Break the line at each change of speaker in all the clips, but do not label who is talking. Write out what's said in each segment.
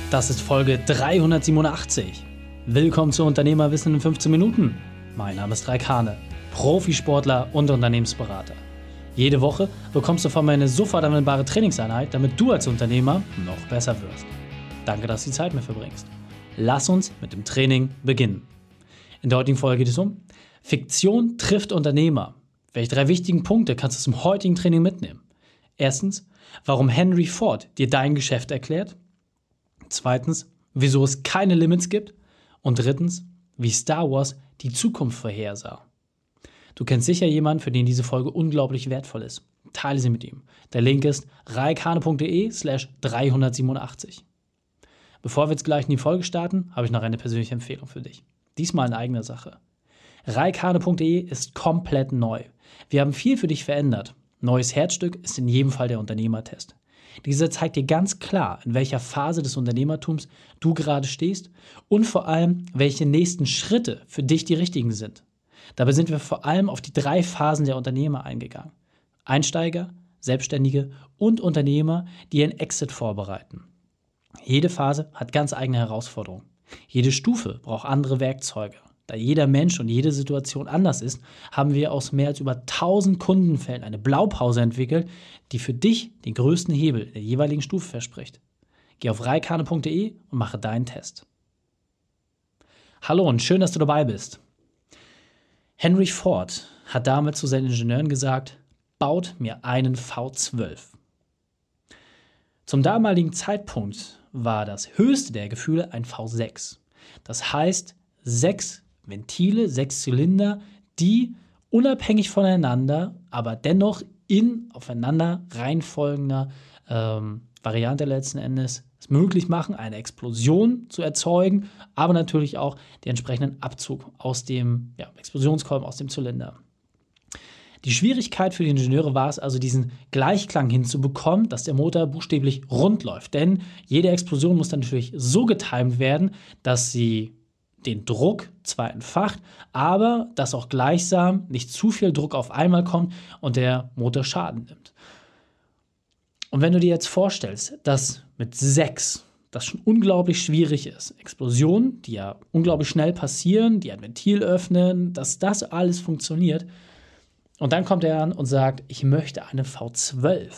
Das ist Folge 387. Willkommen zu Unternehmerwissen in 15 Minuten. Mein Name ist Raik Hane, Profisportler und Unternehmensberater. Jede Woche bekommst du von mir eine sofort anwendbare Trainingseinheit, damit du als Unternehmer noch besser wirst. Danke, dass du die Zeit mit mir verbringst. Lass uns mit dem Training beginnen. In der heutigen Folge geht es um Fiktion trifft Unternehmer. Welche 3 wichtigen Punkte kannst du zum heutigen Training mitnehmen? Erstens, warum Henry Ford dir dein Geschäft erklärt. Zweitens, wieso es keine Limits gibt. Und drittens, wie Star Wars die Zukunft vorhersah. Du kennst sicher jemanden, für den diese Folge unglaublich wertvoll ist. Teile sie mit ihm. Der Link ist raikhane.de/387. Bevor wir jetzt gleich in die Folge starten, habe ich noch eine persönliche Empfehlung für dich. Diesmal in eigener Sache. raikhane.de ist komplett neu. Wir haben viel für dich verändert. Neues Herzstück ist in jedem Fall der Unternehmertest. Dieser zeigt dir ganz klar, in welcher Phase des Unternehmertums du gerade stehst und vor allem, welche nächsten Schritte für dich die richtigen sind. Dabei sind wir vor allem auf die 3 Phasen der Unternehmer eingegangen. Einsteiger, Selbstständige und Unternehmer, die ihren Exit vorbereiten. Jede Phase hat ganz eigene Herausforderungen. Jede Stufe braucht andere Werkzeuge. Da jeder Mensch und jede Situation anders ist, haben wir aus mehr als über 1000 Kundenfällen eine Blaupause entwickelt, die für dich den größten Hebel der jeweiligen Stufe verspricht. Geh auf raikhane.de und mache deinen Test. Hallo und schön, dass du dabei bist. Henry Ford hat damals zu seinen Ingenieuren gesagt, baut mir einen V12. Zum damaligen Zeitpunkt war das höchste der Gefühle ein V6. Das heißt, 6 Ventile, 6 Zylinder, die unabhängig voneinander, aber dennoch in aufeinander reinfolgender Variante letzten Endes es möglich machen, eine Explosion zu erzeugen, aber natürlich auch den entsprechenden Abzug aus dem Explosionskolben, aus dem Zylinder. Die Schwierigkeit für die Ingenieure war es also, diesen Gleichklang hinzubekommen, dass der Motor buchstäblich rund läuft. Denn jede Explosion muss dann natürlich so getimt werden, dass sie den Druck zwar entfacht, aber dass auch gleichsam nicht zu viel Druck auf einmal kommt und der Motor Schaden nimmt. Und wenn du dir jetzt vorstellst, dass mit 6 das schon unglaublich schwierig ist, Explosionen, die ja unglaublich schnell passieren, die ein Ventil öffnen, dass das alles funktioniert, und dann kommt er an und sagt, ich möchte eine V12.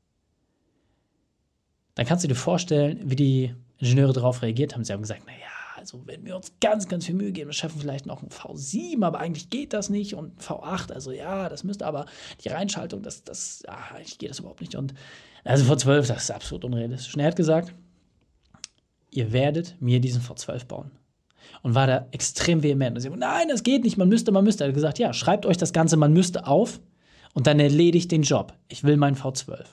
Dann kannst du dir vorstellen, wie die Ingenieure darauf reagiert haben. Sie haben gesagt, naja, also wenn wir uns ganz, ganz viel Mühe geben, wir schaffen vielleicht noch ein V7, aber eigentlich geht das nicht. Und V8, also ja, das müsste aber die Reinschaltung, eigentlich geht das überhaupt nicht. Und also V12, das ist absolut unrealistisch. Und er hat gesagt, ihr werdet mir diesen V12 bauen. Und war da extrem vehement. Und sie haben gesagt, nein, das geht nicht, man müsste. Er hat gesagt, ja, schreibt euch das Ganze, man müsste auf und dann erledigt den Job. Ich will meinen V12.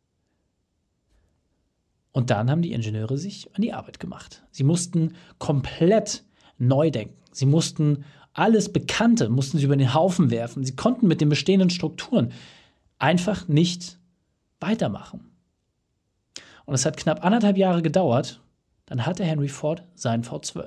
Und dann haben die Ingenieure sich an die Arbeit gemacht. Sie mussten komplett neu denken. Sie mussten alles Bekannte, mussten sie über den Haufen werfen. Sie konnten mit den bestehenden Strukturen einfach nicht weitermachen. Und es hat knapp 1,5 Jahre gedauert, dann hatte Henry Ford seinen V12.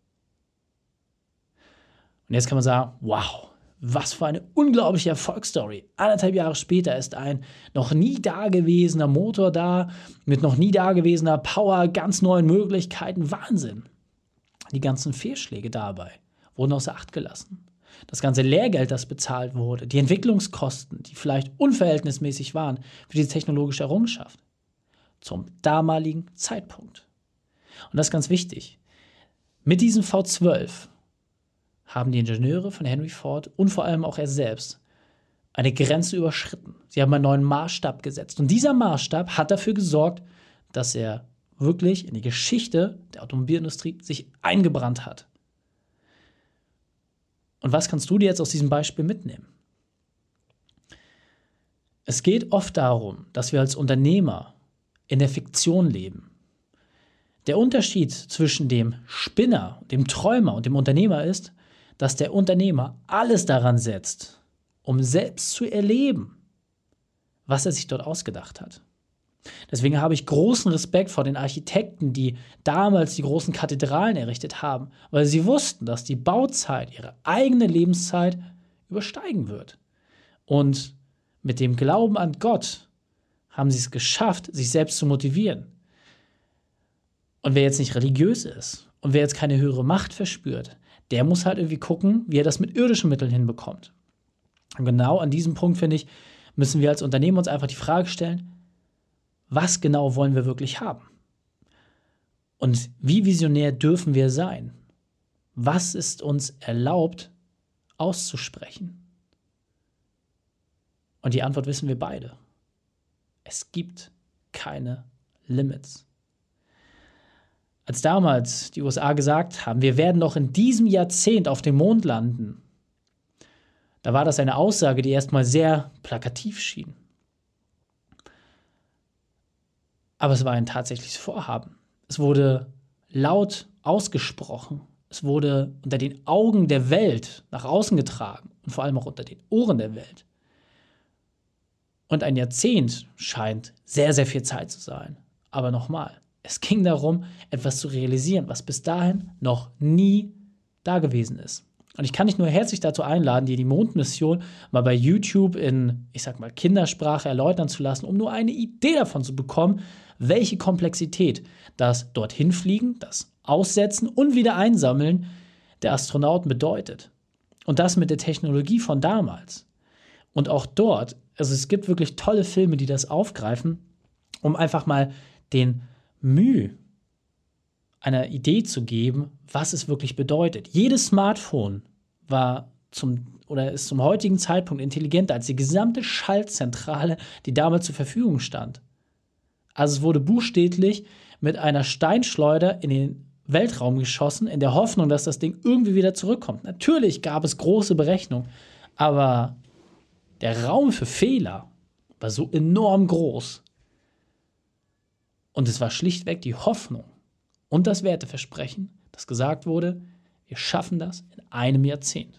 Und jetzt kann man sagen, wow, was für eine unglaubliche Erfolgsstory. 1,5 Jahre später ist ein noch nie dagewesener Motor da, mit noch nie dagewesener Power, ganz neuen Möglichkeiten. Wahnsinn. Die ganzen Fehlschläge dabei wurden außer Acht gelassen. Das ganze Lehrgeld, das bezahlt wurde, die Entwicklungskosten, die vielleicht unverhältnismäßig waren für diese technologische Errungenschaft. Zum damaligen Zeitpunkt. Und das ist ganz wichtig. Mit diesem V12 haben die Ingenieure von Henry Ford und vor allem auch er selbst eine Grenze überschritten. Sie haben einen neuen Maßstab gesetzt. Und dieser Maßstab hat dafür gesorgt, dass er wirklich in die Geschichte der Automobilindustrie sich eingebrannt hat. Und was kannst du dir jetzt aus diesem Beispiel mitnehmen? Es geht oft darum, dass wir als Unternehmer in der Fiktion leben. Der Unterschied zwischen dem Spinner, dem Träumer und dem Unternehmer ist, dass der Unternehmer alles daran setzt, um selbst zu erleben, was er sich dort ausgedacht hat. Deswegen habe ich großen Respekt vor den Architekten, die damals die großen Kathedralen errichtet haben, weil sie wussten, dass die Bauzeit ihre eigene Lebenszeit übersteigen wird. Und mit dem Glauben an Gott haben sie es geschafft, sich selbst zu motivieren. Und wer jetzt nicht religiös ist und wer jetzt keine höhere Macht verspürt, der muss halt irgendwie gucken, wie er das mit irdischen Mitteln hinbekommt. Und genau an diesem Punkt, finde ich, müssen wir als Unternehmen uns einfach die Frage stellen, was genau wollen wir wirklich haben? Und wie visionär dürfen wir sein? Was ist uns erlaubt auszusprechen? Und die Antwort wissen wir beide. Es gibt keine Limits. Als damals die USA gesagt haben, wir werden noch in diesem Jahrzehnt auf dem Mond landen, da war das eine Aussage, die erstmal sehr plakativ schien. Aber es war ein tatsächliches Vorhaben. Es wurde laut ausgesprochen. Es wurde unter den Augen der Welt nach außen getragen und vor allem auch unter den Ohren der Welt. Und ein Jahrzehnt scheint sehr, sehr viel Zeit zu sein. Aber nochmal, es ging darum, etwas zu realisieren, was bis dahin noch nie da gewesen ist. Und ich kann dich nur herzlich dazu einladen, dir die Mondmission mal bei YouTube in, ich sag mal, Kindersprache erläutern zu lassen, um nur eine Idee davon zu bekommen, welche Komplexität das dorthin fliegen, das Aussetzen und wieder Einsammeln der Astronauten bedeutet. Und das mit der Technologie von damals. Und auch dort, also es gibt wirklich tolle Filme, die das aufgreifen, um einfach mal den Mühe einer Idee zu geben, was es wirklich bedeutet. Jedes Smartphone ist zum heutigen Zeitpunkt intelligenter als die gesamte Schaltzentrale, die damals zur Verfügung stand. Also es wurde buchstäblich mit einer Steinschleuder in den Weltraum geschossen, in der Hoffnung, dass das Ding irgendwie wieder zurückkommt. Natürlich gab es große Berechnungen, aber der Raum für Fehler war so enorm groß. Und es war schlichtweg die Hoffnung und das Werteversprechen, das gesagt wurde, wir schaffen das in einem Jahrzehnt.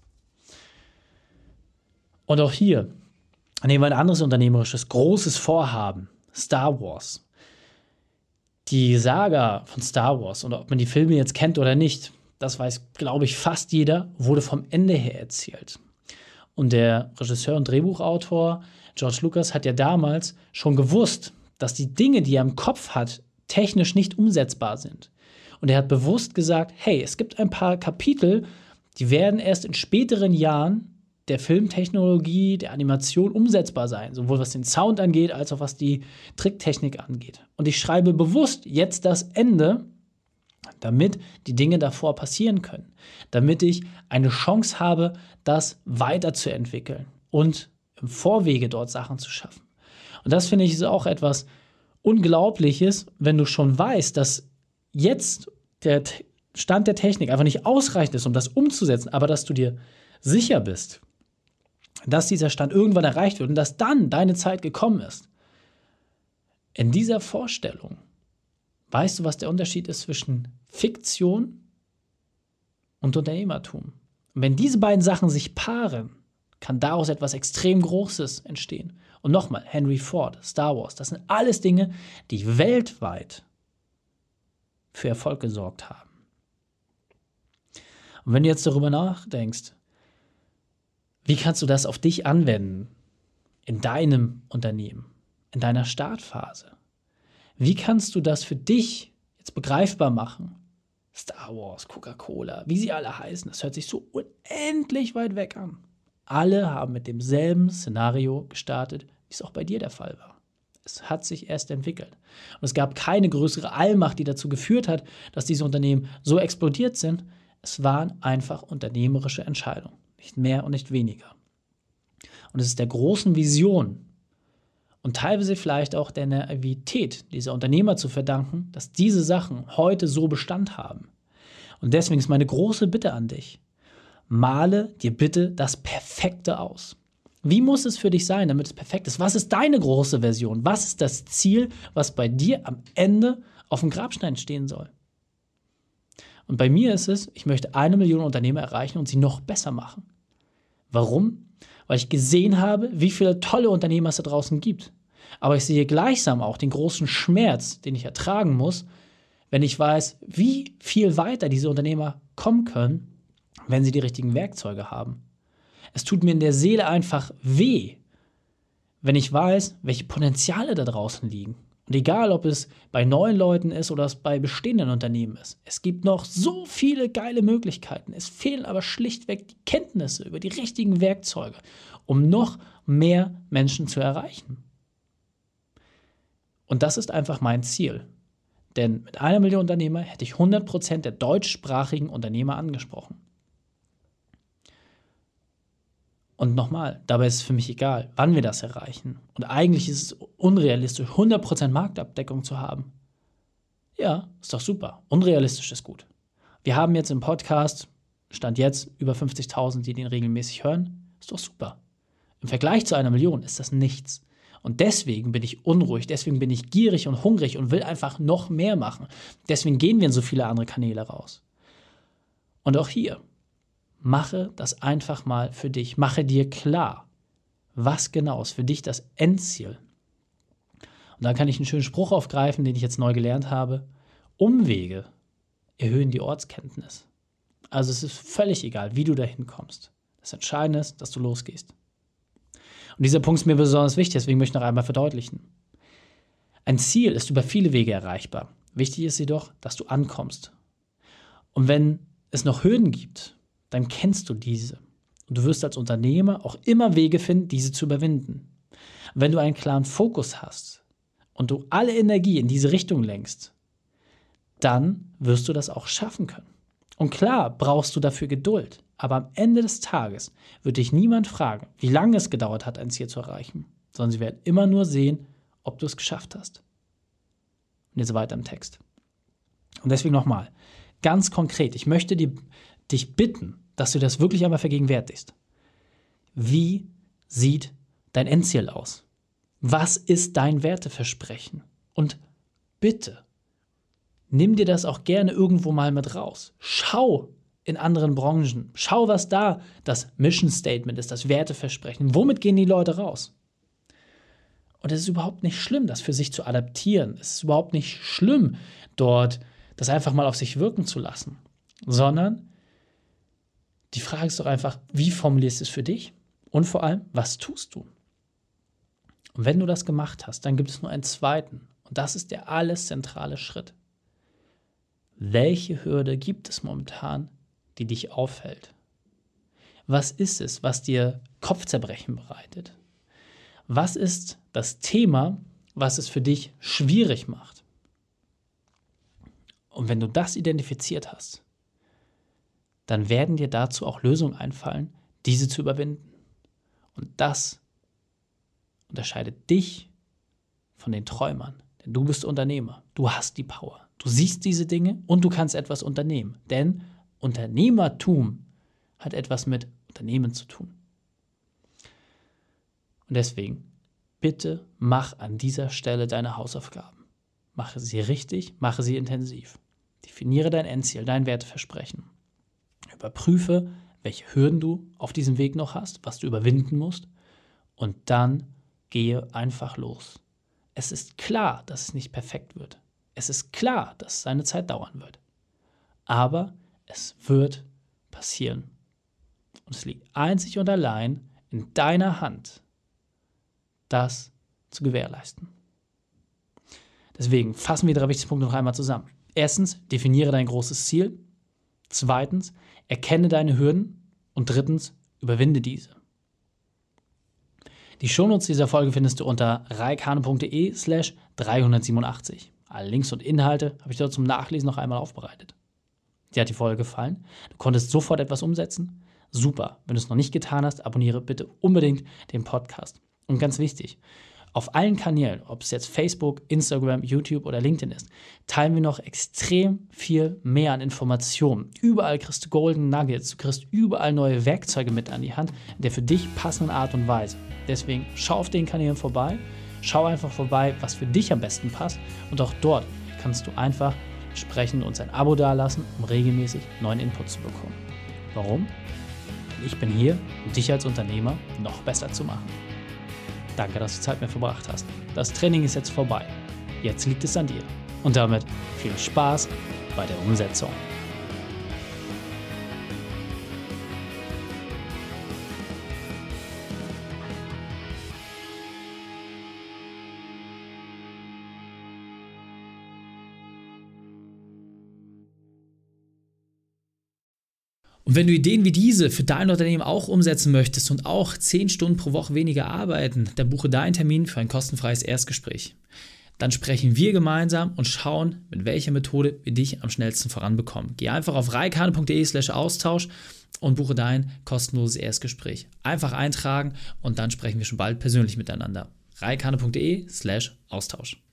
Und auch hier nehmen wir ein anderes unternehmerisches, großes Vorhaben, Star Wars. Die Saga von Star Wars, und ob man die Filme jetzt kennt oder nicht, das weiß, glaube ich, fast jeder, wurde vom Ende her erzählt. Und der Regisseur und Drehbuchautor George Lucas hat ja damals schon gewusst, dass die Dinge, die er im Kopf hat, technisch nicht umsetzbar sind. Und er hat bewusst gesagt, hey, es gibt ein paar Kapitel, die werden erst in späteren Jahren der Filmtechnologie, der Animation umsetzbar sein, sowohl was den Sound angeht, als auch was die Tricktechnik angeht. Und ich schreibe bewusst jetzt das Ende, damit die Dinge davor passieren können, damit ich eine Chance habe, das weiterzuentwickeln und im Vorwege dort Sachen zu schaffen. Und das, finde ich, ist auch etwas Unglaubliches, wenn du schon weißt, dass jetzt der Stand der Technik einfach nicht ausreichend ist, um das umzusetzen, aber dass du dir sicher bist, dass dieser Stand irgendwann erreicht wird und dass dann deine Zeit gekommen ist. In dieser Vorstellung weißt du, was der Unterschied ist zwischen Fiktion und Unternehmertum. Und wenn diese beiden Sachen sich paaren, kann daraus etwas extrem Großes entstehen. Und nochmal, Henry Ford, Star Wars, das sind alles Dinge, die weltweit für Erfolg gesorgt haben. Und wenn du jetzt darüber nachdenkst, wie kannst du das auf dich anwenden, in deinem Unternehmen, in deiner Startphase? Wie kannst du das für dich jetzt begreifbar machen? Star Wars, Coca-Cola, wie sie alle heißen, das hört sich so unendlich weit weg an. Alle haben mit demselben Szenario gestartet, wie es auch bei dir der Fall war. Es hat sich erst entwickelt. Und es gab keine größere Allmacht, die dazu geführt hat, dass diese Unternehmen so explodiert sind. Es waren einfach unternehmerische Entscheidungen. Nicht mehr und nicht weniger. Und es ist der großen Vision und teilweise vielleicht auch der Naivität dieser Unternehmer zu verdanken, dass diese Sachen heute so Bestand haben. Und deswegen ist meine große Bitte an dich: Male dir bitte das Perfekte aus. Wie muss es für dich sein, damit es perfekt ist? Was ist deine große Version? Was ist das Ziel, was bei dir am Ende auf dem Grabstein stehen soll? Und bei mir ist es, ich möchte 1 Million Unternehmer erreichen und sie noch besser machen. Warum? Weil ich gesehen habe, wie viele tolle Unternehmer es da draußen gibt. Aber ich sehe gleichsam auch den großen Schmerz, den ich ertragen muss, wenn ich weiß, wie viel weiter diese Unternehmer kommen können, wenn sie die richtigen Werkzeuge haben. Es tut mir in der Seele einfach weh, wenn ich weiß, welche Potenziale da draußen liegen, Und egal, ob es bei neuen Leuten ist oder es bei bestehenden Unternehmen ist, es gibt noch so viele geile Möglichkeiten. Es fehlen aber schlichtweg die Kenntnisse über die richtigen Werkzeuge, um noch mehr Menschen zu erreichen. Und das ist einfach mein Ziel. Denn mit 1 Million Unternehmer hätte ich 100% der deutschsprachigen Unternehmer angesprochen. Und nochmal, dabei ist es für mich egal, wann wir das erreichen. Und eigentlich ist es unrealistisch, 100% Marktabdeckung zu haben. Ja, ist doch super. Unrealistisch ist gut. Wir haben jetzt im Podcast, Stand jetzt, über 50.000, die den regelmäßig hören. Ist doch super. Im Vergleich zu 1 Million ist das nichts. Und deswegen bin ich unruhig, deswegen bin ich gierig und hungrig und will einfach noch mehr machen. Deswegen gehen wir in so viele andere Kanäle raus. Und auch hier, mache das einfach mal für dich. Mache dir klar, was genau ist für dich das Endziel. Und da kann ich einen schönen Spruch aufgreifen, den ich jetzt neu gelernt habe. Umwege erhöhen die Ortskenntnis. Also es ist völlig egal, wie du dahin kommst. Das Entscheidende ist, dass du losgehst. Und dieser Punkt ist mir besonders wichtig, deswegen möchte ich noch einmal verdeutlichen. Ein Ziel ist über viele Wege erreichbar. Wichtig ist jedoch, dass du ankommst. Und wenn es noch Hürden gibt, dann kennst du diese. Und du wirst als Unternehmer auch immer Wege finden, diese zu überwinden. Und wenn du einen klaren Fokus hast und du alle Energie in diese Richtung lenkst, dann wirst du das auch schaffen können. Und klar brauchst du dafür Geduld, aber am Ende des Tages wird dich niemand fragen, wie lange es gedauert hat, ein Ziel zu erreichen, sondern sie werden immer nur sehen, ob du es geschafft hast. Und jetzt weiter im Text. Und deswegen nochmal, ganz konkret, ich möchte dich bitten, dass du das wirklich einmal vergegenwärtigst. Wie sieht dein Endziel aus? Was ist dein Werteversprechen? Und bitte, nimm dir das auch gerne irgendwo mal mit raus. Schau in anderen Branchen. Schau, was da das Mission Statement ist, das Werteversprechen. Womit gehen die Leute raus? Und es ist überhaupt nicht schlimm, das für sich zu adaptieren. Es ist überhaupt nicht schlimm, dort das einfach mal auf sich wirken zu lassen. Sondern die Frage ist doch einfach, wie formulierst du es für dich? Und vor allem, was tust du? Und wenn du das gemacht hast, dann gibt es nur einen zweiten. Und das ist der alles zentrale Schritt. Welche Hürde gibt es momentan, die dich aufhält? Was ist es, was dir Kopfzerbrechen bereitet? Was ist das Thema, was es für dich schwierig macht? Und wenn du das identifiziert hast, dann werden dir dazu auch Lösungen einfallen, diese zu überwinden. Und das unterscheidet dich von den Träumern. Denn du bist Unternehmer. Du hast die Power. Du siehst diese Dinge und du kannst etwas unternehmen. Denn Unternehmertum hat etwas mit Unternehmen zu tun. Und deswegen, bitte mach an dieser Stelle deine Hausaufgaben. Mache sie richtig, mache sie intensiv. Definiere dein Endziel, dein Werteversprechen. Überprüfe, welche Hürden du auf diesem Weg noch hast, was du überwinden musst. Und dann gehe einfach los. Es ist klar, dass es nicht perfekt wird. Es ist klar, dass es seine Zeit dauern wird. Aber es wird passieren. Und es liegt einzig und allein in deiner Hand, das zu gewährleisten. Deswegen fassen wir 3 wichtige Punkte noch einmal zusammen. Erstens, definiere dein großes Ziel. Zweitens, erkenne deine Hürden. Und drittens, überwinde diese. Die Shownotes dieser Folge findest du unter reikhane.de/387. Alle Links und Inhalte habe ich dort zum Nachlesen noch einmal aufbereitet. Dir hat die Folge gefallen? Du konntest sofort etwas umsetzen? Super. Wenn du es noch nicht getan hast, abonniere bitte unbedingt den Podcast. Und ganz wichtig, auf allen Kanälen, ob es jetzt Facebook, Instagram, YouTube oder LinkedIn ist, teilen wir noch extrem viel mehr an Informationen. Überall kriegst du Golden Nuggets, du kriegst überall neue Werkzeuge mit an die Hand, in der für dich passenden Art und Weise. Deswegen schau auf den Kanälen vorbei, schau einfach vorbei, was für dich am besten passt und auch dort kannst du einfach entsprechend uns ein Abo dalassen, um regelmäßig neuen Input zu bekommen. Warum? Ich bin hier, um dich als Unternehmer noch besser zu machen. Danke, dass du Zeit mit mir verbracht hast. Das Training ist jetzt vorbei. Jetzt liegt es an dir. Und damit viel Spaß bei der Umsetzung. Und wenn du Ideen wie diese für dein Unternehmen auch umsetzen möchtest und auch 10 Stunden pro Woche weniger arbeiten, dann buche deinen Termin für ein kostenfreies Erstgespräch. Dann sprechen wir gemeinsam und schauen, mit welcher Methode wir dich am schnellsten voranbekommen. Geh einfach auf reikane.de/Austausch und buche dein kostenloses Erstgespräch. Einfach eintragen und dann sprechen wir schon bald persönlich miteinander. reikane.de/Austausch.